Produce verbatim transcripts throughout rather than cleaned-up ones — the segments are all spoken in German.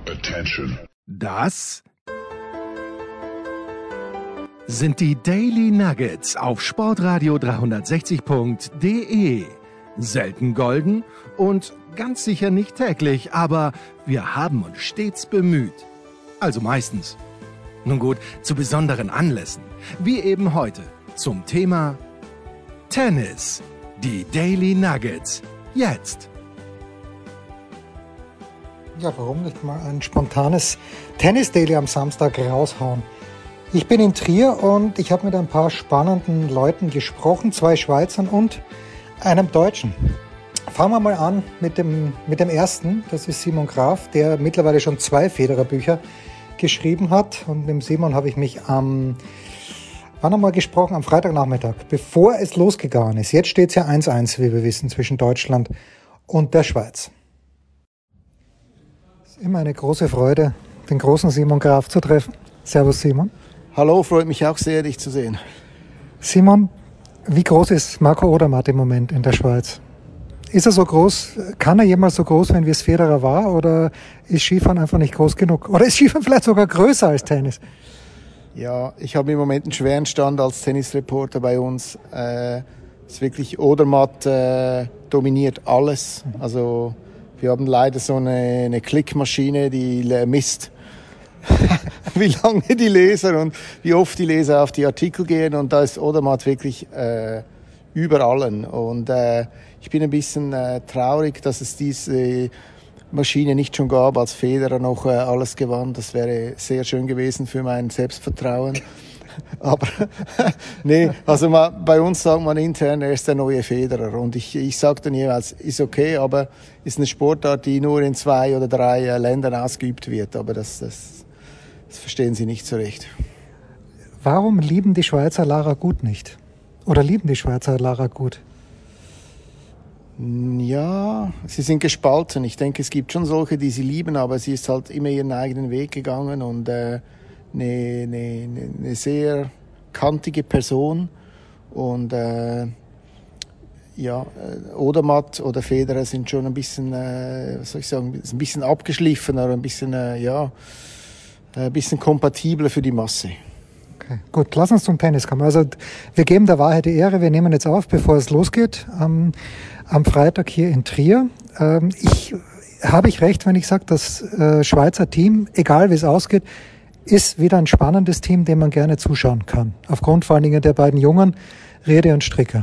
Attention. Das sind die Daily Nuggets auf Sportradio dreihundertsechzig Punkt de. Selten golden und ganz sicher nicht täglich, aber wir haben uns stets bemüht. Also meistens. Nun gut, zu besonderen Anlässen, wie eben heute, zum Thema Tennis. Die Daily Nuggets. Jetzt. Ja, warum nicht mal ein spontanes Tennis-Daily am Samstag raushauen? Ich bin in Trier und ich habe mit ein paar spannenden Leuten gesprochen, zwei Schweizern und einem Deutschen. Fangen wir mal an mit dem, mit dem ersten, das ist Simon Graf, der mittlerweile schon zwei Federer-Bücher geschrieben hat. Und mit dem Simon habe ich mich am, wann haben wir gesprochen? Am Freitagnachmittag, bevor es losgegangen ist. Jetzt steht es ja eins eins, wie wir wissen, zwischen Deutschland und der Schweiz. Es ist immer eine große Freude, den großen Simon Graf zu treffen. Servus Simon. Hallo, freut mich auch sehr, dich zu sehen. Simon, wie groß ist Marco Odermatt im Moment in der Schweiz? Ist er so groß, kann er jemals so groß werden, wie es Federer war, oder ist Skifahren einfach nicht groß genug? Oder ist Skifahren vielleicht sogar größer als Tennis? Ja, ich habe im Moment einen schweren Stand als Tennisreporter bei uns. Äh, ist wirklich Odermatt äh, dominiert alles. Also wir haben leider so eine, eine Klickmaschine, die misst, wie lange die Leser und wie oft die Leser auf die Artikel gehen. Und da ist Odermatt wirklich äh, über allen. Und äh, ich bin ein bisschen äh, traurig, dass es diese Maschine nicht schon gab, als Federer noch äh, alles gewann. Das wäre sehr schön gewesen für mein Selbstvertrauen. Aber nee, also ma, bei uns sagt man intern, er ist der neue Federer. Und ich, ich sage dann jeweils, ist okay, aber ist eine Sportart, die nur in zwei oder drei äh, Ländern ausgeübt wird. Aber das, das, das verstehen sie nicht so recht. Warum lieben die Schweizer Lara Gut nicht? Oder lieben die Schweizer Lara Gut? Ja, sie sind gespalten. Ich denke, es gibt schon solche, die sie lieben, aber sie ist halt immer ihren eigenen Weg gegangen und äh, eine, eine, eine sehr kantige Person. Und äh, ja, Odermatt oder Federer sind schon ein bisschen, äh, was soll ich sagen, ein bisschen abgeschliffener, ein bisschen, äh, ja, ein bisschen kompatibler für die Masse. Okay, gut, lass uns zum Tennis kommen. Also wir geben der Wahrheit die Ehre, wir nehmen jetzt auf, bevor es losgeht, am, am Freitag hier in Trier. Ähm, ich, habe ich recht, wenn ich sage, das äh, Schweizer Team, egal wie es ausgeht, ist wieder ein spannendes Team, dem man gerne zuschauen kann. Aufgrund vor allen Dingen der beiden Jungen, Rede und Stricker.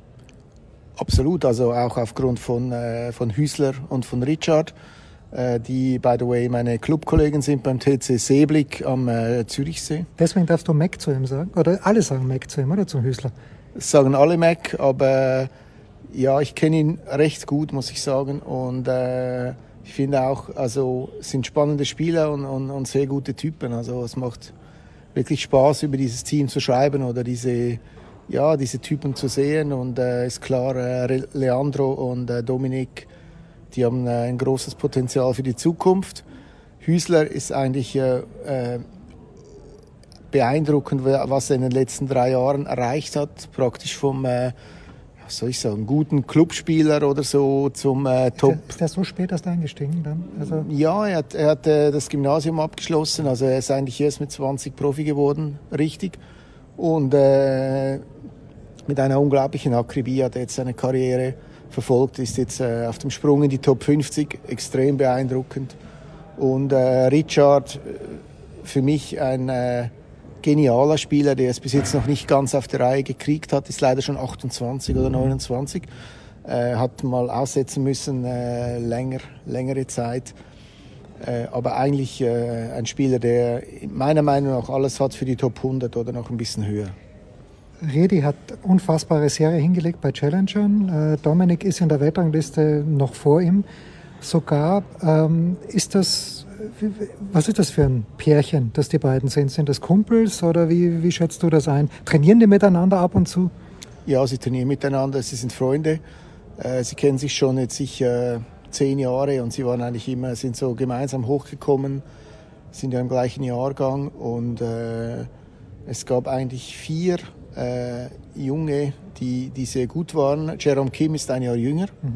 Absolut, also auch aufgrund von, äh, von Hüsler und von Richard, äh, die, by the way, meine Clubkollegen sind beim T C Seeblick am äh, Zürichsee. Deswegen darfst du Mac zu ihm sagen, oder alle sagen Mac zu ihm, oder zum Hüsler? Das sagen alle Mac, aber äh, ja, ich kenne ihn recht gut, muss ich sagen, und äh, ich finde auch, also sind spannende Spieler und, und, und sehr gute Typen. Also es macht wirklich Spaß, über dieses Team zu schreiben oder diese, ja, diese Typen zu sehen. Und äh, ist klar, äh, Leandro und äh, Dominik, die haben äh, ein großes Potenzial für die Zukunft. Hüsler ist eigentlich äh, äh, beeindruckend, was er in den letzten drei Jahren erreicht hat, praktisch vom äh, was soll ich sagen, guten Clubspieler oder so zum äh, Top. Ist der, ist der so spät erst eingestiegen dann? Also ja, er hat, er hat äh, das Gymnasium abgeschlossen, also er ist eigentlich erst mit zwanzig Profi geworden, richtig. Und äh, mit einer unglaublichen Akribie hat er jetzt seine Karriere verfolgt, ist jetzt äh, auf dem Sprung in die Top fünfzig, extrem beeindruckend. Und äh, Richard, für mich ein äh, genialer Spieler, der es bis jetzt noch nicht ganz auf die Reihe gekriegt hat, ist leider schon achtundzwanzig oder neunundzwanzig, äh, hat mal aussetzen müssen, äh, länger, längere Zeit. Äh, aber eigentlich äh, ein Spieler, der meiner Meinung nach alles hat für die Top hundert oder noch ein bisschen höher. Redi hat unfassbare Serie hingelegt bei Challengern. Äh, Dominik ist in der Weltrangliste noch vor ihm. Sogar ähm, ist das, was ist das für ein Pärchen, das die beiden sind? Sind das Kumpels oder wie, wie schätzt du das ein? Trainieren die miteinander ab und zu? Ja, sie trainieren miteinander, sie sind Freunde. Äh, sie kennen sich schon jetzt sicher zehn Jahre und sie waren eigentlich immer, sind so gemeinsam hochgekommen, sind ja im gleichen Jahrgang und äh, es gab eigentlich vier äh, Junge, die, die sehr gut waren. Jerome Kim ist ein Jahr jünger. Mhm.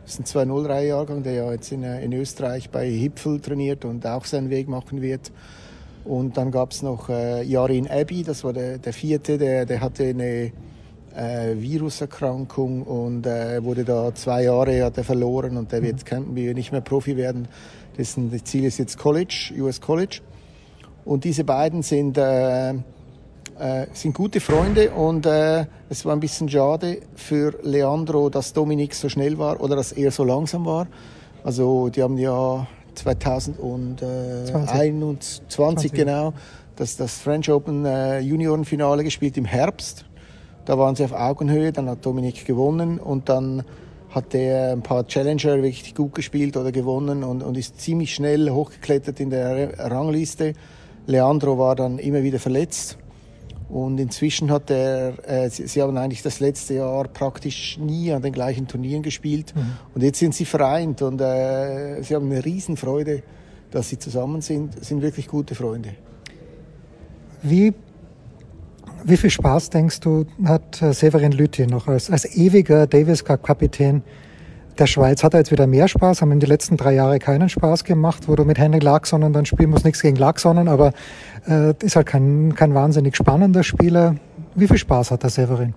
Das ist ein zwei null drei Jahrgang, der ja jetzt in, in Österreich bei Hipfel trainiert und auch seinen Weg machen wird. Und dann gab es noch äh, Yarin Abbey, das war der, der vierte, der, der hatte eine äh, Viruserkrankung und äh, wurde da zwei Jahre hat er verloren und der wird kann, nicht mehr Profi werden. Dessen das Ziel ist jetzt College, U S College. Und diese beiden sind, äh, äh, sind gute Freunde und äh, es war ein bisschen schade für Leandro, dass Dominik so schnell war oder dass er so langsam war. Also die haben ja zweitausendeinundzwanzig zwanzig, genau das, das French Open äh, Juniorenfinale gespielt im Herbst. Da waren sie auf Augenhöhe, dann hat Dominik gewonnen und dann hat er ein paar Challenger wirklich gut gespielt oder gewonnen und, und ist ziemlich schnell hochgeklettert in der Rangliste. Leandro war dann immer wieder verletzt und inzwischen hat er, äh, sie, sie haben eigentlich das letzte Jahr praktisch nie an den gleichen Turnieren gespielt mhm. und jetzt sind sie vereint und äh, sie haben eine Riesenfreude, dass sie zusammen sind, sind wirklich gute Freunde. Wie, wie viel Spaß, denkst du, hat Severin Lüthi noch als, als ewiger Davis Cup-Kapitän der Schweiz? Hat er jetzt wieder mehr Spaß? Haben ihm die letzten drei Jahre keinen Spaß gemacht, wo du mit Henrik Laaksonen dann spielen musst, nichts gegen Laaksonen, aber äh, ist halt kein, kein wahnsinnig spannender Spieler. Wie viel Spaß hat der Severin?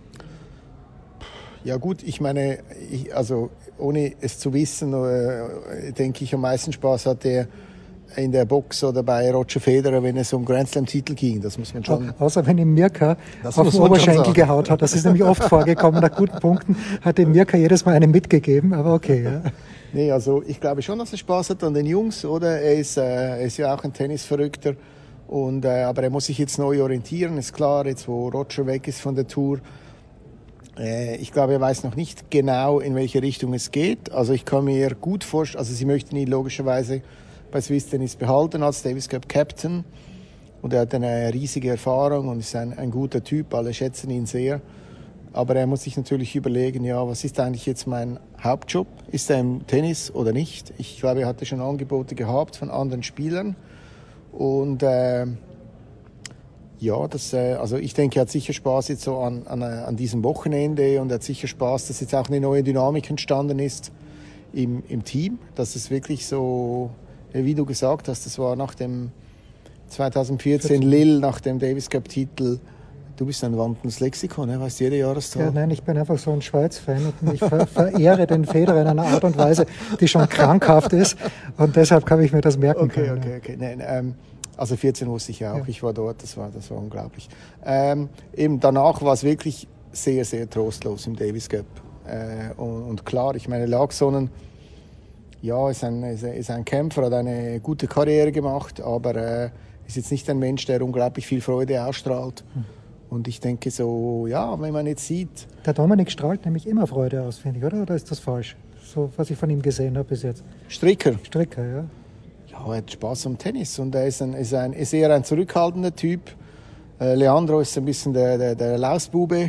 Ja gut, ich meine, ich, also ohne es zu wissen, äh, denke ich, am meisten Spaß hat er in der Box oder bei Roger Federer, wenn es um Grand Slam-Titel ging. Das muss man schon. Außer wenn ihm Mirka auf den Oberschenkel gehaut hat. Das ist nämlich oft vorgekommen. Nach guten Punkten hat dem Mirka jedes Mal einen mitgegeben. Aber okay. Ja. Nee, also ich glaube schon, dass er Spaß hat an den Jungs, oder? Er ist, äh, er ist ja auch ein Tennisverrückter. Und, äh, aber er muss sich jetzt neu orientieren. Ist klar, jetzt wo Roger weg ist von der Tour. Äh, ich glaube, er weiß noch nicht genau, in welche Richtung es geht. Also ich kann mir gut vorstellen, also sie möchten ihn logischerweise bei Swiss Tennis behalten als Davis Cup Captain und er hat eine riesige Erfahrung und ist ein, ein guter Typ, alle schätzen ihn sehr, aber er muss sich natürlich überlegen, ja, was ist eigentlich jetzt mein Hauptjob, ist er im Tennis oder nicht? Ich glaube, er hatte schon Angebote gehabt von anderen Spielern und äh, ja, das, äh, also ich denke, er hat sicher Spaß jetzt so an, an, an diesem Wochenende und er hat sicher Spaß, dass jetzt auch eine neue Dynamik entstanden ist im, im Team, dass es wirklich so, wie du gesagt hast, das war nach dem zweitausendvierzehn Lille, nach dem Davis Cup Titel. Du bist ein wandelndes Lexikon, ne? Weißt jede Jahrestag. Ja, nein, ich bin einfach so ein Schweiz-Fan und ich ver- verehre den Federer in einer Art und Weise, die schon krankhaft ist und deshalb kann ich mir das merken okay, können. Okay, okay, nein, ähm, also vierzehn wusste ich auch, ja. Ich war dort, das war, das war unglaublich. Ähm, eben danach war es wirklich sehr, sehr trostlos im Davis Cup. Äh, und, und klar, ich meine, Laaksonen, ja, ist ein, ist ein Kämpfer, hat eine gute Karriere gemacht, aber äh, ist jetzt nicht ein Mensch, der unglaublich viel Freude ausstrahlt. Hm. Und ich denke so, ja, wenn man jetzt sieht... Der Dominik strahlt nämlich immer Freude aus, finde ich, oder? Oder ist das falsch? So, was ich von ihm gesehen habe bis jetzt. Stricker? Stricker, ja. Ja, er hat Spaß am Tennis und er ist, ein, ist, ein, ist eher ein zurückhaltender Typ. Äh, Leandro ist ein bisschen der, der, der Lausbube.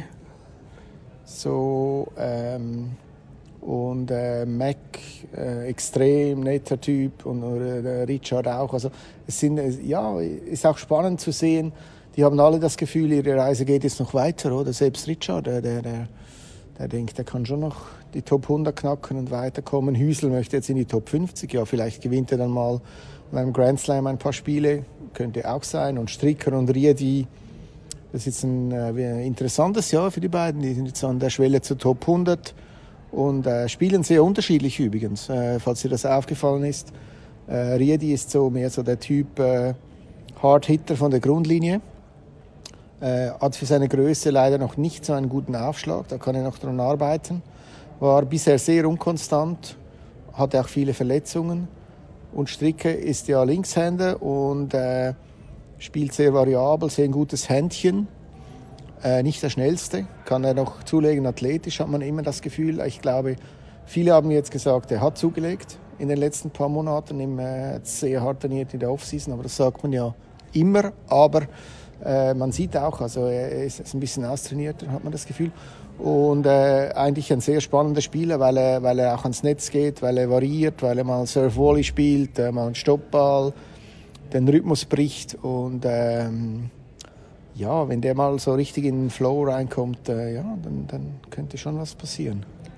So... Ähm, Und äh, Mac, äh, extrem netter Typ und äh, Richard auch. Also es sind, äh, ja, ist auch spannend zu sehen. Die haben alle das Gefühl, ihre Reise geht jetzt noch weiter, oder? Selbst Richard, der, der, der, der denkt, der kann schon noch die Top hundert knacken und weiterkommen. Hüsel möchte jetzt in die Top fünfzig. Ja, vielleicht gewinnt er dann mal beim Grand Slam ein paar Spiele. Könnte auch sein. Und Stricker und Riedi, das ist ein äh, interessantes Jahr für die beiden. Die sind jetzt an der Schwelle zur Top hundert. Und äh, spielen sehr unterschiedlich übrigens, äh, falls dir das aufgefallen ist. Äh, Riedi ist so mehr so der Typ äh, Hard-Hitter von der Grundlinie. Äh, hat für seine Größe leider noch nicht so einen guten Aufschlag, da kann er noch dran arbeiten. War bisher sehr unkonstant, hatte auch viele Verletzungen. Und Stricker ist ja Linkshänder und äh, spielt sehr variabel, sehr ein gutes Händchen. Äh, nicht der schnellste, kann er noch zulegen, athletisch hat man immer das Gefühl. Ich glaube, viele haben jetzt gesagt, er hat zugelegt in den letzten paar Monaten, im, äh, sehr hart trainiert in der Offseason, aber das sagt man ja immer. Aber äh, man sieht auch, also er ist, ist ein bisschen austrainierter, hat man das Gefühl. Und äh, eigentlich ein sehr spannender Spieler, weil er, weil er auch ans Netz geht, weil er variiert, weil er mal Serve-Volley spielt, äh, mal einen Stoppball, den Rhythmus bricht und ähm, ja, wenn der mal so richtig in den Flow reinkommt, äh, ja, dann, dann könnte schon was passieren.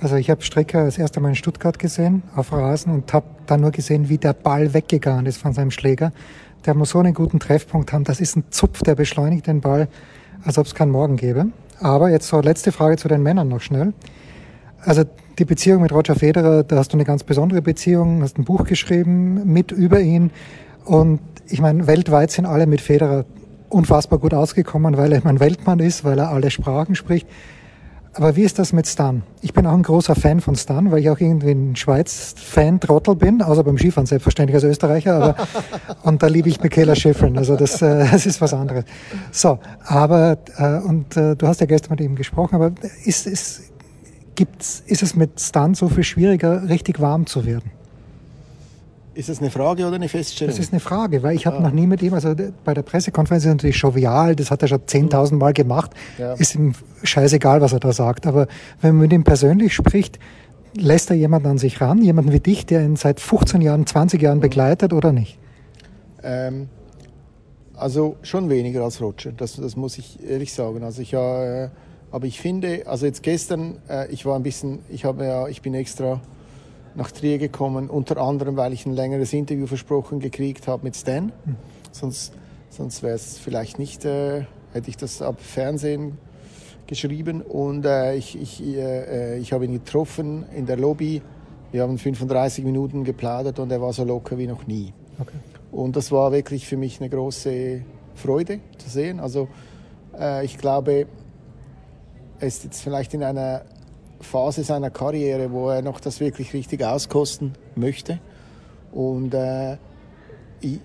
Also ich habe Stricker das erste Mal in Stuttgart gesehen, auf Rasen, und habe dann nur gesehen, wie der Ball weggegangen ist von seinem Schläger. Der muss so einen guten Treffpunkt haben. Das ist ein Zupf, der beschleunigt den Ball, als ob es keinen Morgen gäbe. Aber jetzt so letzte Frage zu den Männern noch schnell. Also die Beziehung mit Roger Federer, da hast du eine ganz besondere Beziehung, hast ein Buch geschrieben mit über ihn. Und ich meine, weltweit sind alle mit Federer unfassbar gut ausgekommen, weil er ein Weltmann ist, weil er alle Sprachen spricht. Aber wie ist das mit Stan? Ich bin auch ein großer Fan von Stan, weil ich auch irgendwie ein Schweiz-Fan-Trottel bin, außer beim Skifahren selbstverständlich als Österreicher. Aber und da liebe ich Michaela Schifrin, also das, äh, das ist was anderes. So, aber äh, und äh, du hast ja gestern mit ihm gesprochen, aber ist, ist, gibt's, ist es mit Stan so viel schwieriger, richtig warm zu werden? Ist das eine Frage oder eine Feststellung? Das ist eine Frage, weil ich habe ah. noch nie mit ihm, also bei der Pressekonferenz ist er natürlich jovial, das hat er schon zehntausend Mal gemacht, ja. Ist ihm scheißegal, was er da sagt. Aber wenn man mit ihm persönlich spricht, lässt er jemanden an sich ran, jemanden wie dich, der ihn seit fünfzehn Jahren, zwanzig Jahren begleitet, oder nicht? Ähm, also schon weniger als Roger, das, das muss ich ehrlich sagen. Also ich, äh, aber ich finde, also jetzt gestern, äh, ich war ein bisschen, ich habe ja, ich bin extra nach Trier gekommen, unter anderem, weil ich ein längeres Interview versprochen gekriegt habe mit Stan. Mhm. Sonst, sonst wäre es vielleicht nicht, äh, hätte ich das ab Fernsehen geschrieben. Und äh, ich, ich, äh, ich habe ihn getroffen in der Lobby. Wir haben fünfunddreißig Minuten geplaudert und er war so locker wie noch nie. Okay. Und das war wirklich für mich eine große Freude zu sehen. Also äh, ich glaube, er ist jetzt vielleicht in einer Phase seiner Karriere, wo er noch das wirklich richtig auskosten möchte. Und äh, ich,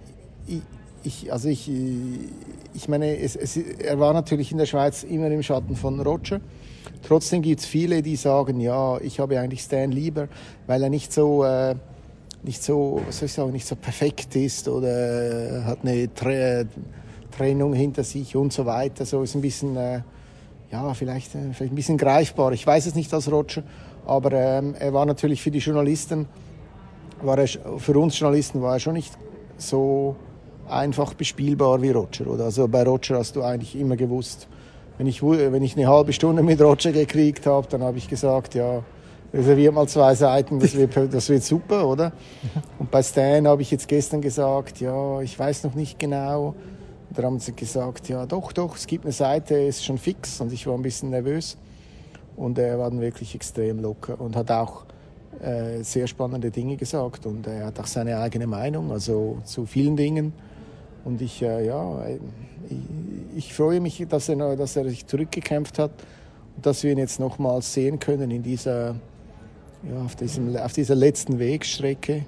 ich, also ich, ich meine, es, es, er war natürlich in der Schweiz immer im Schatten von Roger. Trotzdem gibt es viele, die sagen, ja, ich habe eigentlich Stan lieber, weil er nicht so, äh, nicht so, was soll ich sagen, nicht so perfekt ist oder hat eine Tre- Trennung hinter sich und so weiter. So ist ein bisschen äh, ja, vielleicht, vielleicht ein bisschen greifbar. Ich weiß es nicht als Roger, aber ähm, er war natürlich für die Journalisten, war er, für uns Journalisten war er schon nicht so einfach bespielbar wie Roger. Oder? Also bei Roger hast du eigentlich immer gewusst, wenn ich, wenn ich eine halbe Stunde mit Roger gekriegt habe, dann habe ich gesagt, ja, reserviert mal zwei Seiten, das wird, das wird super, oder? Und bei Stan habe ich jetzt gestern gesagt, ja, ich weiß noch nicht genau. Da haben sie gesagt, ja doch, doch, es gibt eine Seite, ist schon fix. Und ich war ein bisschen nervös. Und er war dann wirklich extrem locker und hat auch äh, sehr spannende Dinge gesagt. Und er hat auch seine eigene Meinung, also zu vielen Dingen. Und ich, äh, ja, ich, ich freue mich, dass er, dass er sich zurückgekämpft hat und dass wir ihn jetzt nochmals sehen können in dieser, ja, auf, diesem, auf dieser letzten Wegstrecke.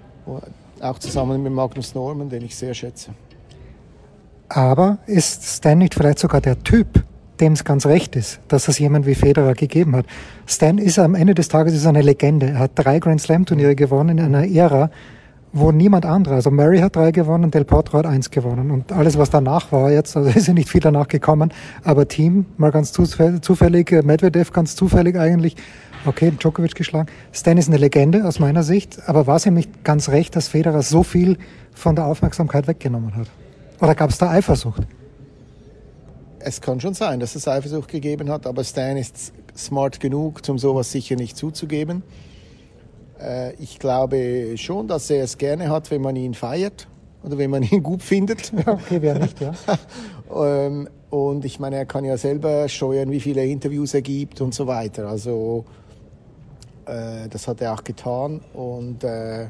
Auch zusammen mit Magnus Norman, den ich sehr schätze. Aber ist Stan nicht vielleicht sogar der Typ, dem es ganz recht ist, dass es jemand wie Federer gegeben hat? Stan ist am Ende des Tages ist eine Legende. Er hat drei Grand Slam Turniere gewonnen in einer Ära, wo niemand anderer, also Murray hat drei gewonnen, Del Potro hat eins gewonnen. Und alles, was danach war jetzt, also ist ja nicht viel danach gekommen, aber Team mal ganz zufällig, Medvedev ganz zufällig eigentlich, okay, Djokovic geschlagen. Stan ist eine Legende aus meiner Sicht, aber war es ihm nicht ganz recht, dass Federer so viel von der Aufmerksamkeit weggenommen hat? Oder gab es da Eifersucht? Es kann schon sein, dass es Eifersucht gegeben hat, aber Stan ist smart genug, um sowas sicher nicht zuzugeben. Äh, ich glaube schon, dass er es gerne hat, wenn man ihn feiert oder wenn man ihn gut findet. Okay, wer nicht, ja. ähm, und ich meine, er kann ja selber steuern, wie viele Interviews er gibt und so weiter. Also äh, das hat er auch getan und äh,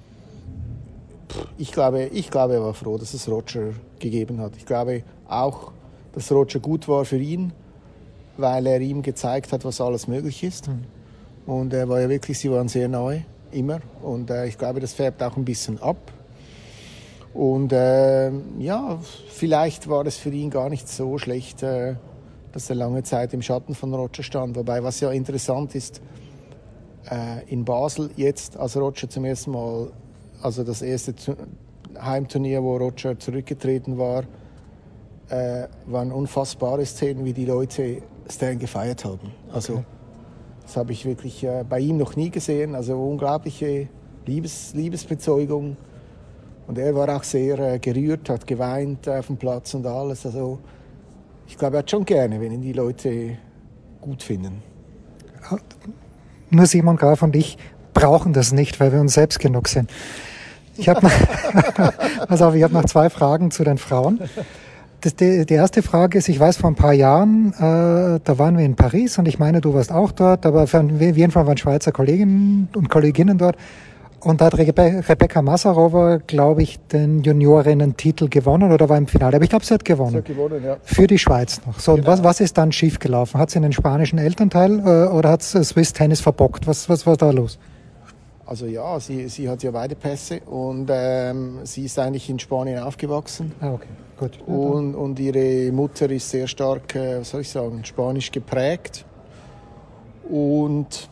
Ich glaube, ich glaube, er war froh, dass es Roger gegeben hat. Ich glaube auch, dass Roger gut war für ihn, weil er ihm gezeigt hat, was alles möglich ist. Mhm. Und er war ja wirklich, sie waren sehr nahe, immer. Und äh, ich glaube, das färbt auch ein bisschen ab. Und äh, ja, vielleicht war es für ihn gar nicht so schlecht, äh, dass er lange Zeit im Schatten von Roger stand. Wobei, was ja interessant ist, äh, in Basel jetzt, als Roger zum ersten Mal, also das erste Heimturnier, wo Roger zurückgetreten war, äh, waren unfassbare Szenen, wie die Leute Stan gefeiert haben. Also okay. Das habe ich wirklich äh, bei ihm noch nie gesehen. Also unglaubliche Liebes, Liebesbezeugung. Und er war auch sehr äh, gerührt, hat geweint auf dem Platz und alles. Also ich glaube, er hat schon gerne, wenn ihn die Leute gut finden. nur Simon Graf und ich brauchen das nicht, weil wir uns selbst genug sind. Ich habe noch, pass auf, ich habe noch zwei Fragen zu den Frauen. Das, die, die erste Frage ist, ich weiß, vor ein paar Jahren, äh, da waren wir in Paris und ich meine, du warst auch dort, aber für, auf jeden Fall waren Schweizer Kolleginnen und Kolleginnen dort. Und da hat Rebe- Rebecca Masarova, glaube ich, den Juniorinnen-Titel gewonnen oder war im Finale. Aber ich glaube, sie hat gewonnen. Sie hat gewonnen, ja. Für die Schweiz noch. So, genau. was, was ist dann schiefgelaufen? Hat sie einen spanischen Elternteil äh, oder hat sie Swiss Tennis verbockt? Was, was war da los? Also ja, sie, sie hat ja beide Pässe und ähm, sie ist eigentlich in Spanien aufgewachsen. Ah, okay, gut. Und, und ihre Mutter ist sehr stark, äh, was soll ich sagen, spanisch geprägt. Und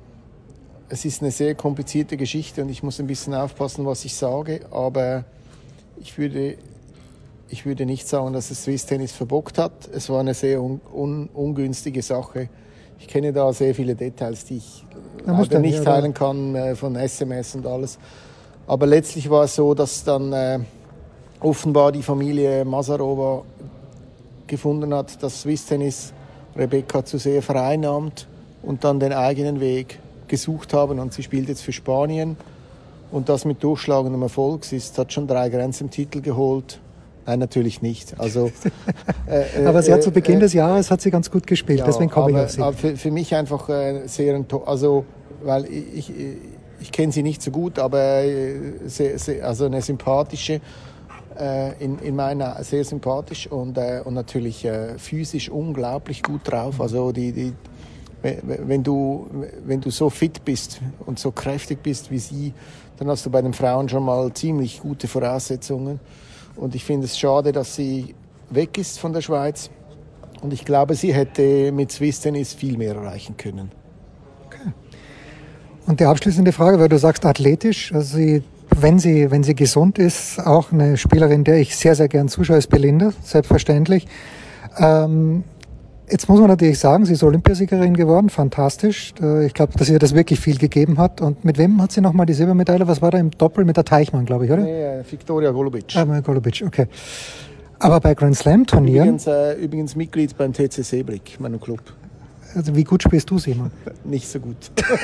es ist eine sehr komplizierte Geschichte und ich muss ein bisschen aufpassen, was ich sage. Aber ich würde, ich würde nicht sagen, dass es Swiss Tennis verbockt hat. Es war eine sehr un, un, ungünstige Sache. Ich kenne da sehr viele Details, die ich leider nicht ja, teilen kann, äh, von S M S und alles. Aber letztlich war es so, dass dann äh, offenbar die Familie Masarova gefunden hat, dass Swiss Tennis Rebecca zu sehr vereinnahmt und dann den eigenen Weg gesucht haben. Und sie spielt jetzt für Spanien und das mit durchschlagendem Erfolg. Sie ist, hat schon drei Grand Slam-Titel geholt. Nein, natürlich nicht. Also, äh, aber sie hat zu Beginn äh, des Jahres hat sie ganz gut gespielt, ja, deswegen komme ich auf sie. Aber für, für mich einfach äh, sehr, also, weil ich, ich, ich kenne sie nicht so gut, aber sehr, sehr, also eine sympathische, äh, in, in meiner sehr sympathisch und, äh, und natürlich äh, physisch unglaublich gut drauf. Also die, die, wenn du, wenn du so fit bist und so kräftig bist wie sie, dann hast du bei den Frauen schon mal ziemlich gute Voraussetzungen. Und ich finde es schade, dass sie weg ist von der Schweiz. Und ich glaube, sie hätte mit Swiss Tennis viel mehr erreichen können. Okay. Und die abschließende Frage, weil du sagst athletisch, also sie, wenn sie, wenn sie gesund ist, auch eine Spielerin, der ich sehr, sehr gern zuschaue, ist Belinda, selbstverständlich. Ähm, Jetzt muss man natürlich sagen, sie ist Olympiasiegerin geworden, fantastisch. Ich glaube, dass ihr das wirklich viel gegeben hat. Und mit wem hat sie nochmal die Silbermedaille? Was war da im Doppel? Mit der Teichmann, glaube ich, oder? Nee, Viktoria Golubic. Ah, Golubic, okay. Aber bei Grand Slam Turnieren... Übrigens, äh, übrigens Mitglied beim T C Seeblick, meinem Club. Also wie gut spielst du, Simon? Nicht so gut.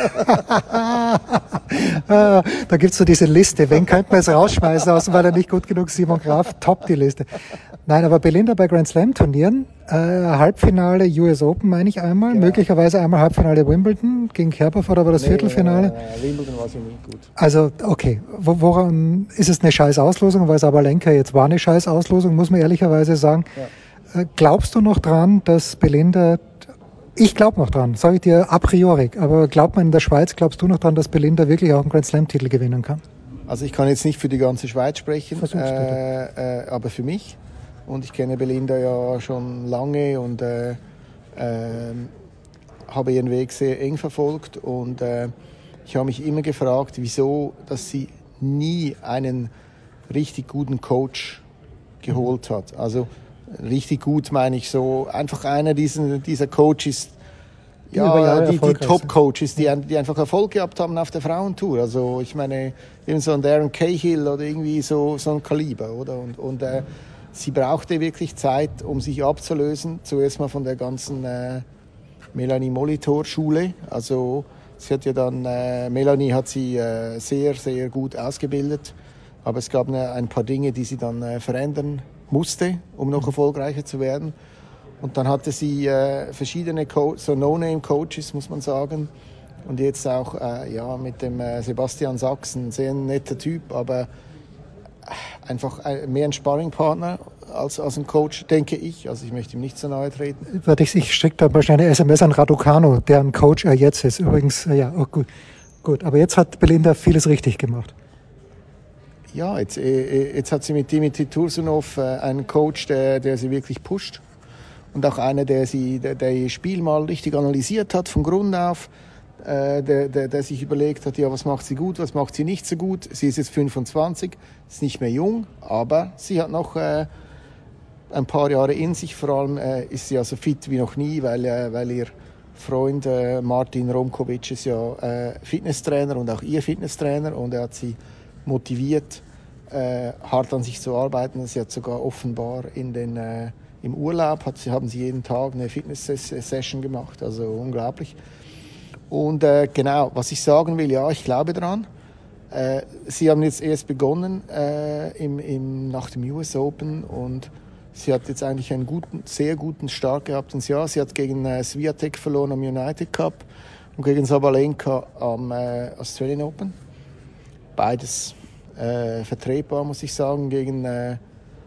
Da gibt's so diese Liste. Wen könnte man jetzt rausschmeißen, außer weil er nicht gut genug ist? Simon Graf, top die Liste. Nein, aber Belinda bei Grand Slam Turnieren, äh, Halbfinale U S Open meine ich einmal, genau. Möglicherweise einmal Halbfinale Wimbledon gegen Kerber oder war das nee, Viertelfinale? Äh, Wimbledon war sie nicht gut. Also, okay. Woran ist es eine scheiß Auslosung? Weil Sabalenka jetzt war eine scheiß Auslosung, muss man ehrlicherweise sagen. Ja. Äh, glaubst du noch dran, dass Belinda... Ich glaube noch dran, sage ich dir a priori. Aber glaubt man in der Schweiz, glaubst du noch dran, dass Belinda wirklich auch einen Grand Slam-Titel gewinnen kann? Also ich kann jetzt nicht für die ganze Schweiz sprechen, äh, äh, aber für mich. Und ich kenne Belinda ja schon lange und äh, äh, habe ihren Weg sehr eng verfolgt. Und äh, ich habe mich immer gefragt, wieso, dass sie nie einen richtig guten Coach geholt hat. Also richtig gut meine ich so, einfach einer dieser, dieser Coaches, ja, die, die Top-Coaches, die, die einfach Erfolg gehabt haben auf der Frauentour. Also ich meine, eben so ein Darren Cahill oder irgendwie so, so ein Kaliber, oder? Und, und äh, sie brauchte wirklich Zeit, um sich abzulösen. Zuerst mal von der ganzen äh, Melanie Molitor-Schule. Also sie hat ja dann, äh, Melanie hat sie äh, sehr, sehr gut ausgebildet. Aber es gab eine, ein paar Dinge, die sie dann äh, verändern musste, um noch erfolgreicher zu werden. Und dann hatte sie äh, verschiedene Co- so No-Name-Coaches, muss man sagen. Und jetzt auch äh, ja, mit dem äh, Sebastian Sachsen, sehr netter Typ, aber einfach ein, mehr ein Sparringpartner als, als ein Coach, denke ich. Also ich möchte ihm nicht so nahe treten. Warte, ich, ich schicke da mal schnell eine S M S an Raducanu, deren Coach er jetzt ist. Übrigens, ja, oh, gut. gut. Aber jetzt hat Belinda vieles richtig gemacht. Ja, jetzt, jetzt hat sie mit Dimitri Tursunov einen Coach, der, der sie wirklich pusht. Und auch einer, der, sie, der, der ihr Spiel mal richtig analysiert hat, von Grund auf. Der, der, der sich überlegt hat, ja, was macht sie gut, was macht sie nicht so gut. Sie ist jetzt fünfundzwanzig, ist nicht mehr jung, aber sie hat noch äh, ein paar Jahre in sich. Vor allem äh, ist sie also fit wie noch nie, weil, äh, weil ihr Freund äh, Martin Romkovic ist ja äh, Fitnesstrainer und auch ihr Fitnesstrainer. Und er hat sie motiviert, äh, hart an sich zu arbeiten. Sie hat sogar offenbar in den, äh, im Urlaub hat sie, haben sie jeden Tag eine Fitness-Session gemacht, also unglaublich. Und äh, genau, was ich sagen will, ja, ich glaube daran. Äh, sie haben jetzt erst begonnen äh, im, im, nach dem U S Open und sie hat jetzt eigentlich einen guten, sehr guten Start gehabt ins Jahr. Sie hat gegen äh, Swiatek verloren am United Cup und gegen Sabalenka am äh, Australian Open. Beides äh, vertretbar, muss ich sagen. Gegen, äh,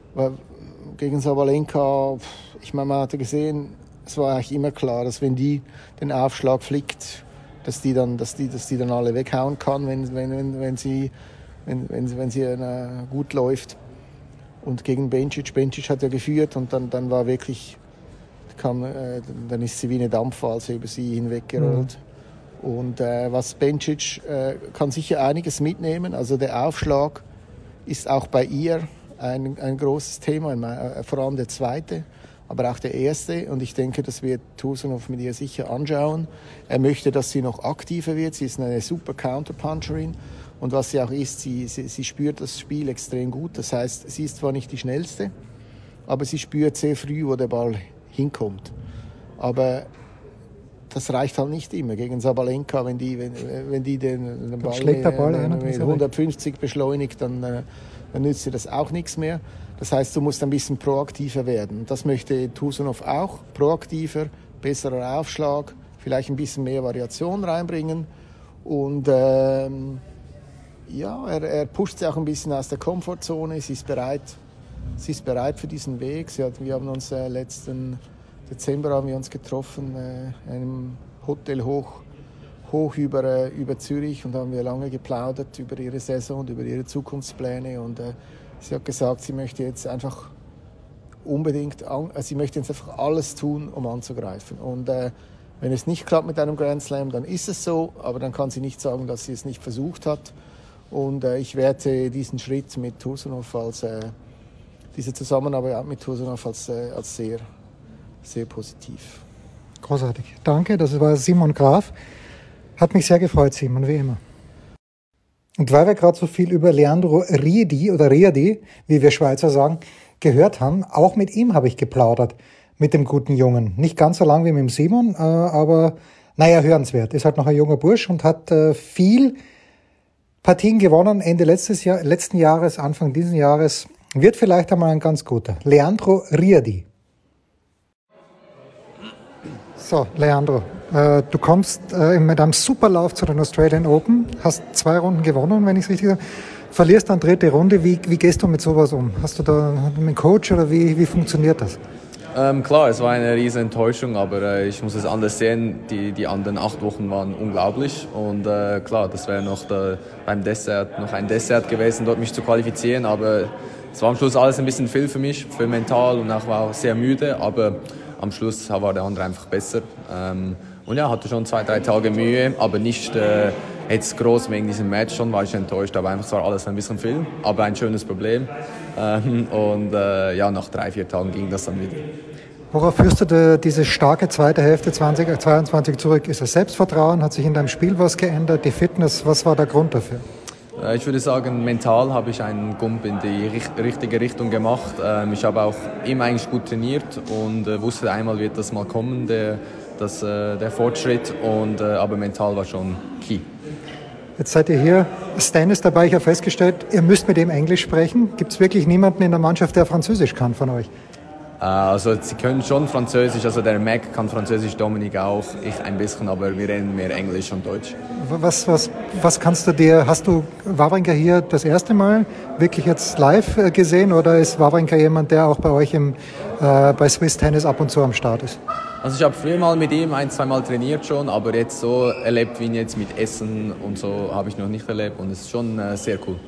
gegen Sabalenka, ich meine, man hatte gesehen, es war eigentlich immer klar, dass wenn die den Aufschlag flickt, dass die dann, dass die, dass die dann alle weghauen kann, wenn, wenn, wenn, wenn sie, wenn, wenn, wenn sie äh, gut läuft. Und gegen Bencic, Bencic hat ja geführt und dann, dann war wirklich, kam, äh, dann ist sie wie eine Dampfwalze über sie hinweggerollt. Mhm. Und äh, was Bencic äh, kann sicher einiges mitnehmen. Also der Aufschlag ist auch bei ihr ein, ein großes Thema, äh, vor allem der zweite, aber auch der erste. Und ich denke, das wird Tursunov mit ihr sicher anschauen. Er möchte, dass sie noch aktiver wird. Sie ist eine super Counterpuncherin. Und was sie auch ist, sie, sie, sie spürt das Spiel extrem gut. Das heißt, sie ist zwar nicht die Schnellste, aber sie spürt sehr früh, wo der Ball hinkommt. Aber das reicht halt nicht immer. Gegen Sabalenka, wenn die, wenn, wenn die den, den Ball, schlägt der Ball äh, mit hundertfünfzig beschleunigt, dann, äh, dann nützt dir das auch nichts mehr. Das heißt, du musst ein bisschen proaktiver werden. Das möchte Tursunov auch. Proaktiver, besserer Aufschlag, vielleicht ein bisschen mehr Variation reinbringen. Und ähm, ja, er, er pusht sie auch ein bisschen aus der Komfortzone. Sie ist bereit, sie ist bereit für diesen Weg. Sie hat, wir haben uns äh, letzten Dezember haben wir uns getroffen äh, in einem Hotel hoch, hoch über, äh, über Zürich und haben wir lange geplaudert über ihre Saison und über ihre Zukunftspläne. Und äh, sie hat gesagt, sie möchte jetzt einfach unbedingt, an, äh, sie möchte jetzt einfach alles tun, um anzugreifen. Und äh, wenn es nicht klappt mit einem Grand Slam, dann ist es so, aber dann kann sie nicht sagen, dass sie es nicht versucht hat. Und äh, ich werte diesen Schritt mit Tursunov als, äh, diese Zusammenarbeit mit Tursunov als, äh, als sehr, sehr positiv. Großartig. Danke, das war Simon Graf. Hat mich sehr gefreut, Simon, wie immer. Und weil wir gerade so viel über Leandro Riedi oder Riedi, wie wir Schweizer sagen, gehört haben, auch mit ihm habe ich geplaudert, mit dem guten Jungen. Nicht ganz so lang wie mit dem Simon, äh, aber naja, hörenswert. Ist halt noch ein junger Bursch und hat äh, viel Partien gewonnen, Ende letztes Jahr, letzten Jahres, Anfang dieses Jahres. Wird vielleicht einmal ein ganz guter. Leandro Riedi. So, Leandro, äh, du kommst äh, mit einem Superlauf zu den Australian Open, hast zwei Runden gewonnen, wenn ich es richtig sage, verlierst dann dritte Runde. Wie, wie gehst du mit sowas um? Hast du da einen Coach oder wie, wie funktioniert das? Ähm, klar, es war eine riesen Enttäuschung, aber äh, ich muss es anders sehen. Die, die anderen acht Wochen waren unglaublich und äh, klar, das wäre noch der, beim Dessert noch ein Dessert gewesen, dort mich zu qualifizieren, aber es war am Schluss alles ein bisschen viel für mich, für mental und auch war auch sehr müde, aber am Schluss war der andere einfach besser. Ähm, und ja, hatte schon zwei, drei Tage Mühe, aber nicht äh, jetzt groß wegen diesem Match. Schon war ich enttäuscht, aber einfach es war alles ein bisschen viel, aber ein schönes Problem. Ähm, und äh, ja, nach drei, vier Tagen ging das dann wieder. Worauf führst du diese starke zweite Hälfte zweitausendzweiundzwanzig zurück? Ist das Selbstvertrauen? Hat sich in deinem Spiel was geändert? Die Fitness? Was war der Grund dafür? Ich würde sagen, mental habe ich einen Gump in die richtige Richtung gemacht. Ich habe auch immer eigentlich gut trainiert und wusste, einmal wird das mal kommen, der, das, der Fortschritt. Und, aber mental war schon key. Jetzt seid ihr hier, Stan ist dabei, ich habe festgestellt, ihr müsst mit ihm Englisch sprechen. Gibt es wirklich niemanden in der Mannschaft, der Französisch kann von euch? Also sie können schon Französisch, also der Mac kann Französisch, Dominik auch, ich ein bisschen, aber wir reden mehr Englisch und Deutsch. Was, was, was kannst du dir, hast du Wawrinka hier das erste Mal wirklich jetzt live gesehen oder ist Wawrinka jemand, der auch bei euch im, äh, bei Swiss Tennis ab und zu am Start ist? Also ich habe früher mal mit ihm ein, zwei Mal trainiert schon, aber jetzt so erlebt wie ihn jetzt mit Essen und so habe ich noch nicht erlebt und es ist schon äh, sehr cool.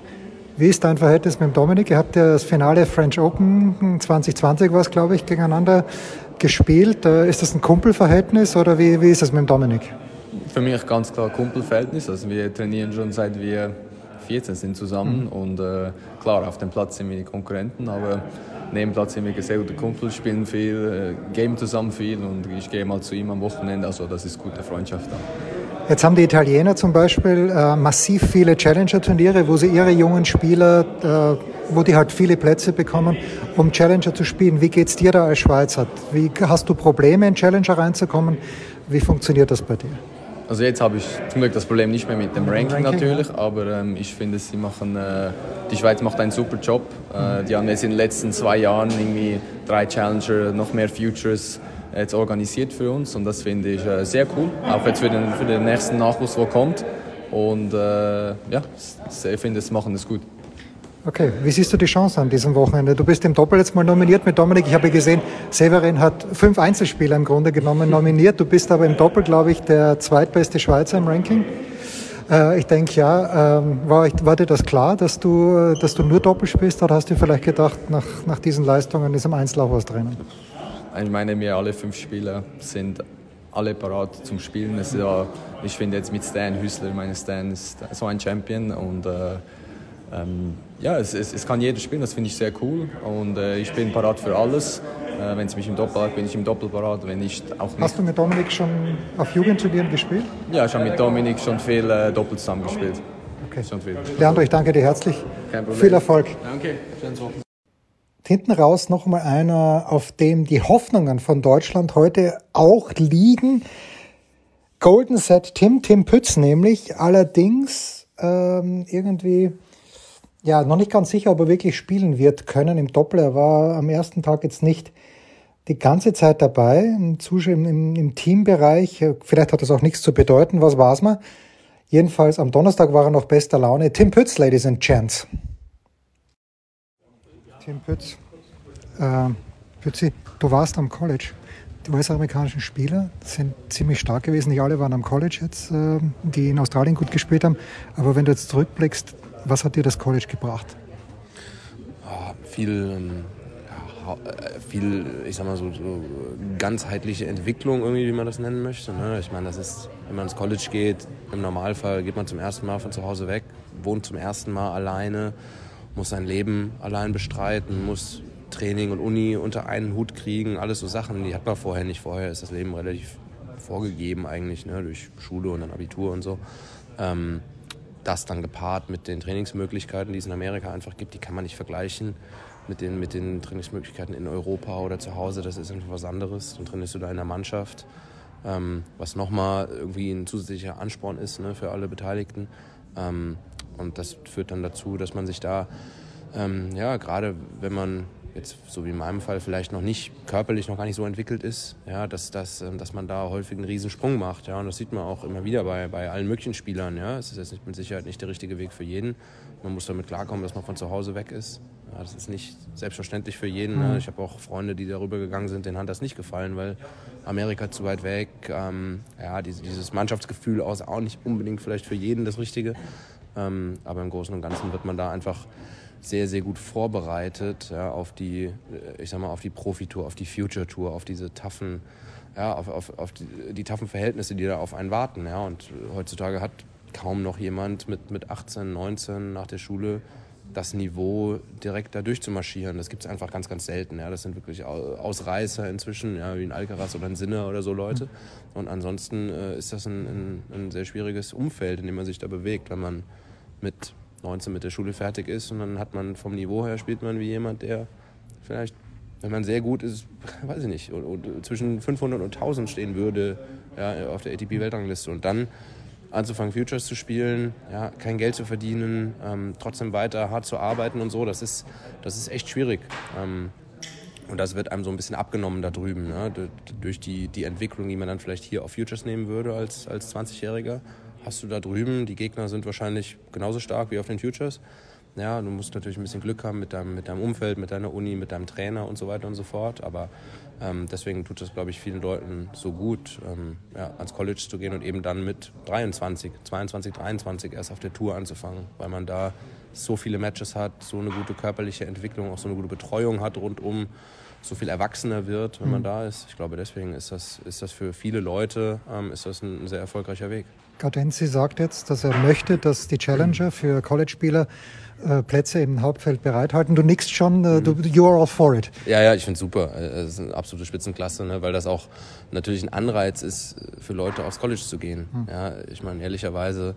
Wie ist dein Verhältnis mit dem Dominik? Ihr habt ja das Finale French Open zwanzig zwanzig, war es, glaube ich, gegeneinander gespielt. Ist das ein Kumpelverhältnis oder wie, wie ist das mit dem Dominik? Für mich ganz klar Kumpelverhältnis. Also wir trainieren schon seit wir vierzehn sind zusammen. Mhm. Und äh, klar, auf dem Platz sind wir die Konkurrenten, aber neben Platz sind wir sehr gute Kumpel, spielen viel, äh, geben zusammen viel und ich gehe mal zu ihm am Wochenende. Also das ist gute Freundschaft da. Jetzt haben die Italiener zum Beispiel äh, massiv viele Challenger-Turniere, wo sie ihre jungen Spieler, äh, wo die halt viele Plätze bekommen, um Challenger zu spielen. Wie geht's dir da als Schweizer? Wie, hast du Probleme, in Challenger reinzukommen? Wie funktioniert das bei dir? Also jetzt habe ich zum Glück das Problem nicht mehr mit dem Ranking, Ranking natürlich, ja. aber ähm, ich finde, sie machen, äh, die Schweiz macht einen super Job. Äh, die haben jetzt in den letzten zwei Jahren irgendwie drei Challenger, noch mehr Futures jetzt organisiert für uns und das finde ich äh, sehr cool, auch jetzt für den, für den nächsten Nachwuchs, der kommt. Und äh, ja, ich finde, sie machen das gut. Okay, wie siehst du die Chance an diesem Wochenende? Du bist im Doppel jetzt mal nominiert mit Dominik. Ich habe gesehen, Severin hat fünf Einzelspieler im Grunde genommen nominiert. Du bist aber im Doppel, glaube ich, der zweitbeste Schweizer im Ranking. Äh, ich denke, ja, ähm, war, war dir das klar, dass du, dass du nur Doppel spielst? Oder hast du vielleicht gedacht, nach, nach diesen Leistungen ist im Einzel auch was drin? Ich meine, wir alle fünf Spieler sind alle parat zum Spielen. Es ist ja, ich finde jetzt mit Stan Hüsler, meine Stan ist so ein Champion und äh, ähm, ja, es, es, es kann jeder spielen, das finde ich sehr cool und äh, ich bin parat für alles. Äh, wenn es mich im Doppel hat, bin ich im Doppel parat, wenn nicht, auch nicht. Hast du mit Dominik schon auf Jugendturnieren gespielt? Ja, ich habe mit Dominik schon viel äh, Doppel zusammen gespielt. Okay. Schon viel. Leandro, ich danke dir herzlich. Kein Problem. Viel Erfolg. Danke, schönes Wochenende. Hinten raus noch mal einer, auf dem die Hoffnungen von Deutschland heute auch liegen. Golden Set Tim, Tim Pütz nämlich, allerdings ähm, irgendwie ja noch nicht ganz sicher, ob er wirklich spielen wird können im Doppel. Er war am ersten Tag jetzt nicht die ganze Zeit dabei, im, im, im Teambereich. Vielleicht hat das auch nichts zu bedeuten, was war's mal. Jedenfalls am Donnerstag war er noch bester Laune. Tim Pütz, Ladies and Gents. Tim Pütz. Äh, Pützi, du warst am College. Die US-amerikanischen Spieler sind ziemlich stark gewesen. Nicht alle waren am College jetzt, äh, die in Australien gut gespielt haben. Aber wenn du jetzt zurückblickst, was hat dir das College gebracht? Oh, viel, ja, viel, ich sag mal so, so ganzheitliche Entwicklung irgendwie, wie man das nennen möchte. Ne? Ich meine, das ist, wenn man ins College geht, im Normalfall geht man zum ersten Mal von zu Hause weg, wohnt zum ersten Mal alleine, muss sein Leben allein bestreiten, muss Training und Uni unter einen Hut kriegen, alles so Sachen, die hat man vorher nicht. Vorher ist das Leben relativ vorgegeben eigentlich, ne, durch Schule und dann Abitur und so. Ähm, das dann gepaart mit den Trainingsmöglichkeiten, die es in Amerika einfach gibt, die kann man nicht vergleichen mit den, mit den Trainingsmöglichkeiten in Europa oder zu Hause. Das ist einfach was anderes. Dann trainierst du da in der Mannschaft, ähm, was nochmal irgendwie ein zusätzlicher Ansporn ist, ne, für alle Beteiligten. Ähm, und das führt dann dazu, dass man sich da, ähm, ja, gerade wenn man jetzt, so wie in meinem Fall, vielleicht noch nicht körperlich noch gar nicht so entwickelt ist, ja, dass, dass, dass man da häufig einen riesen Sprung macht. Ja, und das sieht man auch immer wieder bei, bei allen möglichen Spielern. Ja. Es ist jetzt nicht, mit Sicherheit nicht der richtige Weg für jeden. Man muss damit klarkommen, dass man von zu Hause weg ist. Ja, das ist nicht selbstverständlich für jeden. Mhm. Ne. Ich habe auch Freunde, die darüber gegangen sind, denen hat das nicht gefallen, weil Amerika zu weit weg. Ähm, ja, dieses, dieses Mannschaftsgefühl ist auch nicht unbedingt vielleicht für jeden das Richtige. Ähm, aber im Großen und Ganzen wird man da einfach sehr, sehr gut vorbereitet, ja, auf die, ich sag mal, auf die Profitour, auf die Future Tour, auf diese taffen, ja, auf, auf, auf die, die taffen Verhältnisse, die da auf einen warten. Ja. Und heutzutage hat kaum noch jemand mit, mit achtzehn, neunzehn nach der Schule das Niveau, direkt da durchzumarschieren. Das gibt es einfach ganz, ganz selten. Ja. Das sind wirklich Ausreißer inzwischen, ja, wie ein Alcaraz oder ein Sinner oder so Leute. Und ansonsten äh, ist das ein, ein, ein sehr schwieriges Umfeld, in dem man sich da bewegt, wenn man mit neunzehn mit der Schule fertig ist und dann hat man vom Niveau her, spielt man wie jemand, der vielleicht, wenn man sehr gut ist, weiß ich nicht, zwischen fünfhundert und tausend stehen würde, ja, auf der A T P-Weltrangliste und dann anzufangen, Futures zu spielen, ja, kein Geld zu verdienen, ähm, trotzdem weiter hart zu arbeiten und so, das ist, das ist echt schwierig. Ähm, und das wird einem so ein bisschen abgenommen da drüben, ne? Durch die, die Entwicklung, die man dann vielleicht hier auf Futures nehmen würde als, als zwanzigjähriger. Hast du da drüben, die Gegner sind wahrscheinlich genauso stark wie auf den Futures. Ja, du musst natürlich ein bisschen Glück haben mit deinem, mit deinem Umfeld, mit deiner Uni, mit deinem Trainer und so weiter und so fort. Aber ähm, deswegen tut das, glaube ich, vielen Leuten so gut, ähm, ja, ans College zu gehen und eben dann mit dreiundzwanzig, zweiundzwanzig, dreiundzwanzig erst auf der Tour anzufangen, weil man da so viele Matches hat, so eine gute körperliche Entwicklung, auch so eine gute Betreuung hat rundum, so viel erwachsener wird, wenn man da ist. Ich glaube, deswegen ist das, ist das für viele Leute ähm, ist das ein, ein sehr erfolgreicher Weg. Gaudenzi sagt jetzt, dass er möchte, dass die Challenger für College-Spieler äh, Plätze im Hauptfeld bereithalten. Du nickst schon, äh, du, you are all for it. Ja, ja, ich finde es super. Es ist eine absolute Spitzenklasse, ne, weil das auch natürlich ein Anreiz ist, für Leute aufs College zu gehen. Hm. Ja, ich meine, ehrlicherweise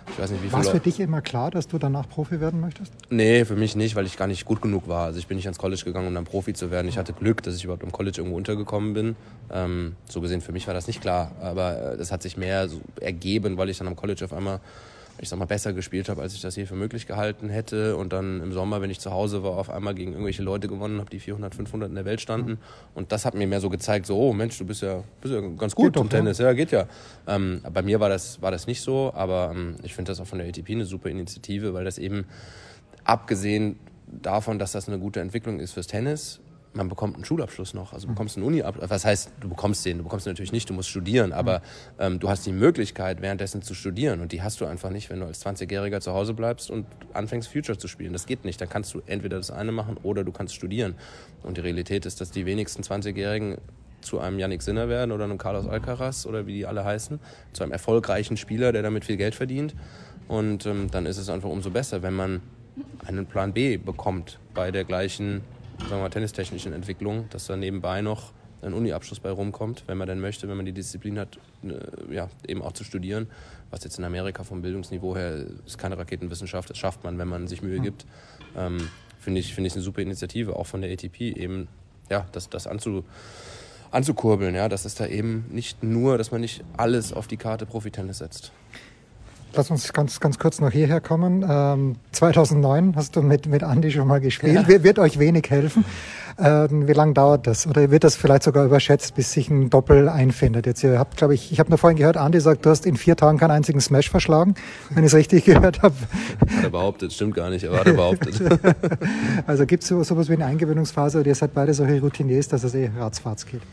Ich weiß nicht, wie war es viele für dich immer klar, dass du danach Profi werden möchtest? Nee, für mich nicht, weil ich gar nicht gut genug war. Also ich bin nicht ans College gegangen, um dann Profi zu werden. Ich hatte Glück, dass ich überhaupt im College irgendwo untergekommen bin. Ähm, so gesehen, für mich war das nicht klar. Aber äh, das hat sich mehr so ergeben, weil ich dann am College auf einmal, ich sag mal, besser gespielt habe, als ich das hier für möglich gehalten hätte. Und dann im Sommer, wenn ich zu Hause war, auf einmal gegen irgendwelche Leute gewonnen habe, die vierhundert, fünfhundert in der Welt standen. Und das hat mir mehr so gezeigt, so, oh Mensch, du bist ja, bist ja ganz gut im Tennis. Ja, geht ja. Ähm, bei mir war das, war das nicht so, aber ähm, ich finde das auch von der A T P eine super Initiative, weil das eben, abgesehen davon, dass das eine gute Entwicklung ist fürs Tennis, man bekommt einen Schulabschluss noch, also du bekommst einen Uni-Abschluss. Was heißt, du bekommst den? Du bekommst den natürlich nicht, du musst studieren, aber ähm, du hast die Möglichkeit, währenddessen zu studieren und die hast du einfach nicht, wenn du als zwanzigjähriger zu Hause bleibst und anfängst Future zu spielen. Das geht nicht. Dann kannst du entweder das eine machen oder du kannst studieren. Und die Realität ist, dass die wenigsten zwanzigjährigen zu einem Yannick Sinner werden oder einem Carlos Alcaraz oder wie die alle heißen, zu einem erfolgreichen Spieler, der damit viel Geld verdient. Und ähm, dann ist es einfach umso besser, wenn man einen Plan B bekommt bei der gleichen, sagen wir mal, tennistechnischen Entwicklung, dass da nebenbei noch ein Uni-Abschluss bei rumkommt, wenn man denn möchte, wenn man die Disziplin hat, äh, ja, eben auch zu studieren. Was jetzt in Amerika vom Bildungsniveau her ist keine Raketenwissenschaft, das schafft man, wenn man sich Mühe gibt. Ähm, finde ich, finde ich eine super Initiative, auch von der A T P, eben ja, das, das anzu, anzukurbeln. Ja, das ist da eben nicht nur, dass man nicht alles auf die Karte Profitennis setzt. Lass uns ganz, ganz kurz noch hierher kommen. Ähm, zweitausendneun hast du mit, mit Andi schon mal gespielt. Ja. Wird, wird euch wenig helfen. Ähm, wie lange dauert das? Oder wird das vielleicht sogar überschätzt, bis sich ein Doppel einfindet? Jetzt, ihr habt, glaube ich, ich habe nur vorhin gehört, Andi sagt, du hast in vier Tagen keinen einzigen Smash verschlagen, wenn ich es richtig gehört habe. Hat er behauptet, stimmt gar nicht, aber hat er behauptet. Also gibt es so, sowas wie eine Eingewöhnungsphase oder ihr seid beide solche Routiniers, dass es eh ratzfatz geht?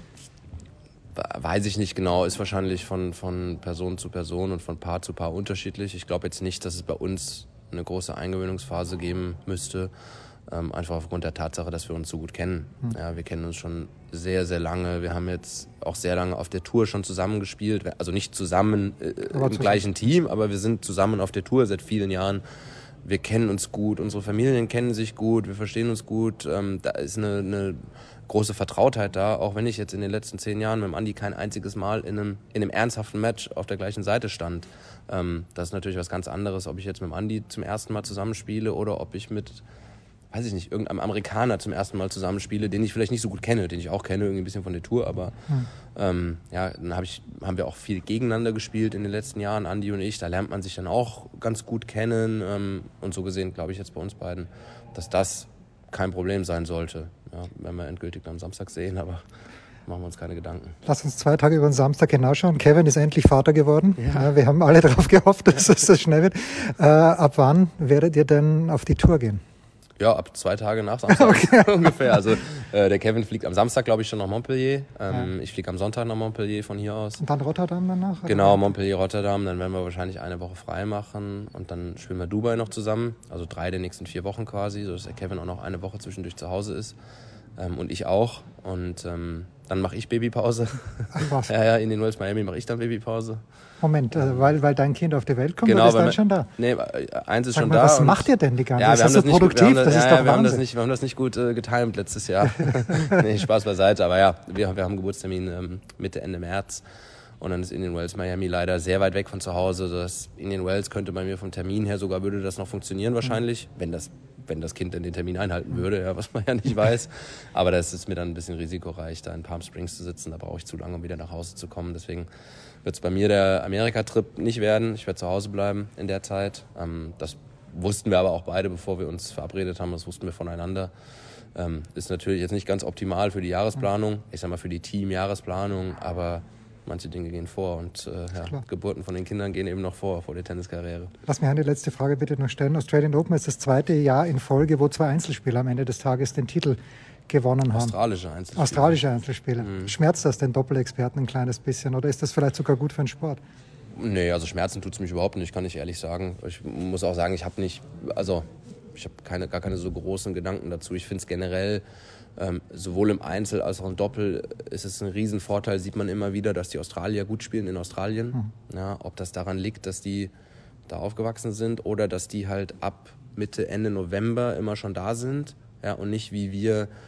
Weiß ich nicht genau, ist wahrscheinlich von, von Person zu Person und von Paar zu Paar unterschiedlich. Ich glaube jetzt nicht, dass es bei uns eine große Eingewöhnungsphase geben müsste, ähm, einfach aufgrund der Tatsache, dass wir uns so gut kennen. Mhm. Ja, wir kennen uns schon sehr, sehr lange. Wir haben jetzt auch sehr lange auf der Tour schon zusammen gespielt, also nicht zusammen äh, im gleichen Team, aber wir sind zusammen auf der Tour seit vielen Jahren. Wir kennen uns gut, unsere Familien kennen sich gut, wir verstehen uns gut. Ähm, da ist eine, eine große Vertrautheit da, auch wenn ich jetzt in den letzten zehn Jahren mit dem Andi kein einziges Mal in einem, in einem ernsthaften Match auf der gleichen Seite stand. Ähm, das ist natürlich was ganz anderes, ob ich jetzt mit dem Andi zum ersten Mal zusammenspiele oder ob ich mit, weiß ich nicht, irgendeinem Amerikaner zum ersten Mal zusammenspiele, den ich vielleicht nicht so gut kenne, den ich auch kenne, irgendwie ein bisschen von der Tour, aber hm. ähm, ja, dann hab ich, haben wir auch viel gegeneinander gespielt in den letzten Jahren, Andi und ich, da lernt man sich dann auch ganz gut kennen ähm, und so gesehen glaube ich jetzt bei uns beiden, dass das kein Problem sein sollte. Ja, werden wir endgültig am Samstag sehen, aber machen wir uns keine Gedanken. Lass uns zwei Tage über den Samstag hinausschauen. Kevin ist endlich Vater geworden. Ja. Wir haben alle darauf gehofft, dass es so schnell wird. Äh, ab wann werdet ihr denn auf die Tour gehen? Ja, ab zwei Tage nach Samstag okay. ungefähr. Also äh, der Kevin fliegt am Samstag, glaube ich, schon nach Montpellier. Ähm, ja. Ich fliege am Sonntag nach Montpellier von hier aus. Und dann Rotterdam danach? Genau, Montpellier, Rotterdam. Dann werden wir wahrscheinlich eine Woche frei machen und dann spielen wir Dubai noch zusammen. Also drei der nächsten vier Wochen quasi, sodass der Kevin auch noch eine Woche zwischendurch zu Hause ist. Ähm, und ich auch. Und ähm, dann mache ich Babypause. Ach was? Ja, ja, in den Wells Miami mache ich dann Babypause. Moment, äh, weil, weil dein Kind auf die Welt kommt, genau, oder ist dann man, schon da? Nee, eins ist Sag schon mal, da. Was macht ihr denn die ganze Zeit? Ja, ist das so das produktiv? Nicht, das, das ist ja, doch ja, wir, haben das Wahnsinn. nicht, wir haben das nicht gut äh, getimt letztes Jahr. Nee, Spaß beiseite. Aber ja, wir, wir haben Geburtstermin ähm, Mitte, Ende März. Und dann ist Indian Wells Miami leider sehr weit weg von zu Hause. Das Indian Wells könnte bei mir vom Termin her sogar, würde das noch funktionieren wahrscheinlich, mhm. wenn das wenn das Kind dann den Termin einhalten würde, ja, was man ja nicht weiß. Aber das ist mir dann ein bisschen risikoreich, da in Palm Springs zu sitzen. Da brauche ich zu lange, um wieder nach Hause zu kommen. Deswegen wird es bei mir der Amerika-Trip nicht werden. Ich werde zu Hause bleiben in der Zeit. Ähm, das wussten wir aber auch beide, bevor wir uns verabredet haben. Das wussten wir voneinander. Ähm, ist natürlich jetzt nicht ganz optimal für die Jahresplanung. Ich sag mal für die Team-Jahresplanung, aber manche Dinge gehen vor und äh, ja, Geburten von den Kindern gehen eben noch vor, vor der Tenniskarriere. Lass mich eine letzte Frage bitte noch stellen. Australian Open ist das zweite Jahr in Folge, wo zwei Einzelspieler am Ende des Tages den Titel gewonnen haben. Australische Einzelspieler. Australische Einzelspieler. Mhm. Schmerzt das den Doppelexperten ein kleines bisschen oder ist das vielleicht sogar gut für den Sport? Nee, also Schmerzen tut es mich überhaupt nicht, kann ich ehrlich sagen. Ich muss auch sagen, ich habe nicht, also ich habe keine, gar keine so großen Gedanken dazu. Ich finde es generell Ähm, sowohl im Einzel als auch im Doppel ist es ein Riesenvorteil, sieht man immer wieder, dass die Australier gut spielen in Australien. Mhm. Ja, ob das daran liegt, dass die da aufgewachsen sind oder dass die halt ab Mitte, Ende November immer schon da sind, ja, und nicht wie wir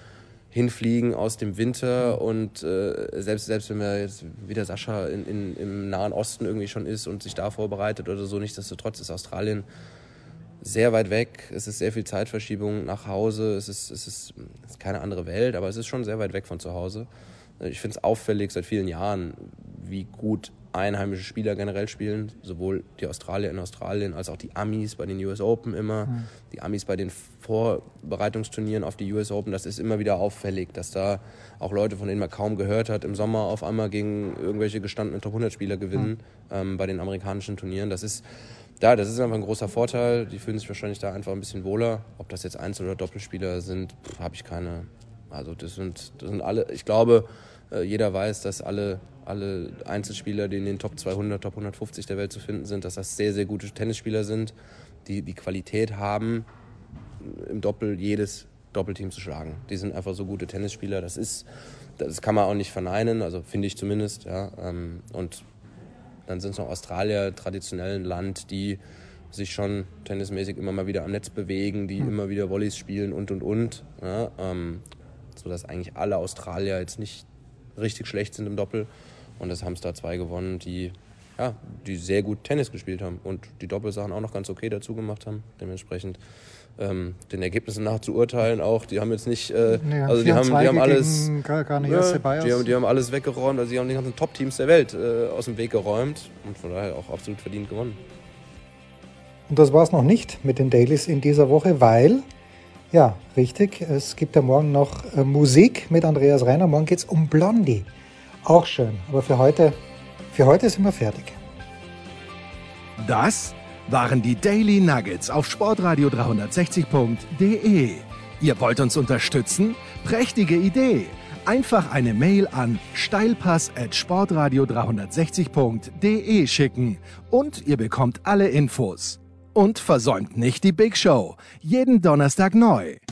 hinfliegen aus dem Winter und äh, selbst, selbst wenn wir jetzt wieder Sascha in, in, im Nahen Osten irgendwie schon ist und sich da vorbereitet oder so, nichtsdestotrotz ist Australien sehr weit weg. Es ist sehr viel Zeitverschiebung nach Hause. Es ist, es ist, es ist keine andere Welt, aber es ist schon sehr weit weg von zu Hause. Ich finde es auffällig seit vielen Jahren, wie gut einheimische Spieler generell spielen. Sowohl die Australier in Australien als auch die Amis bei den U S Open immer. Mhm. Die Amis bei den Vorbereitungsturnieren auf die U S Open. Das ist immer wieder auffällig, dass da auch Leute, von denen man kaum gehört hat, im Sommer auf einmal gegen irgendwelche gestandenen Top hundert Spieler gewinnen, mhm. ähm, bei den amerikanischen Turnieren. Das ist, ja, das ist einfach ein großer Vorteil. Die fühlen sich wahrscheinlich da einfach ein bisschen wohler. Ob das jetzt Einzel- oder Doppelspieler sind, habe ich keine. Also das sind, das sind alle, ich glaube, jeder weiß, dass alle, alle Einzelspieler, die in den Top zweihundert, Top hundertfünfzig der Welt zu finden sind, dass das sehr, sehr gute Tennisspieler sind, die die Qualität haben, im Doppel jedes Doppelteam zu schlagen. Die sind einfach so gute Tennisspieler. Das ist, das kann man auch nicht verneinen, also finde ich zumindest. Ja. Und dann sind es noch Australier, traditionell ein Land, die sich schon tennismäßig immer mal wieder am Netz bewegen, die mhm. immer wieder Volleys spielen und, und, und. Ja, ähm, sodass eigentlich alle Australier jetzt nicht richtig schlecht sind im Doppel. Und das haben es da zwei gewonnen, die, ja, die sehr gut Tennis gespielt haben und die Doppelsachen auch noch ganz okay dazu gemacht haben. Dementsprechend ähm, den Ergebnissen nach zu urteilen auch. Die haben jetzt nicht, äh, nee, also die haben, die haben alles, ja, die haben, die haben alles weggeräumt. Also die haben die ganzen Top-Teams der Welt äh, aus dem Weg geräumt und von daher auch absolut verdient gewonnen. Und das war es noch nicht mit den Dailies in dieser Woche, weil ja, richtig. Es gibt ja morgen noch äh, Musik mit Andreas Reiner. Morgen geht es um Blondie. Auch schön. Aber für heute, für heute sind wir fertig. Das waren die Daily Nuggets auf sportradio dreihundertsechzig punkt de. Ihr wollt uns unterstützen? Prächtige Idee. Einfach eine Mail an steilpass at sportradio dreihundertsechzig punkt de schicken und ihr bekommt alle Infos. Und versäumt nicht die Big Show. Jeden Donnerstag neu.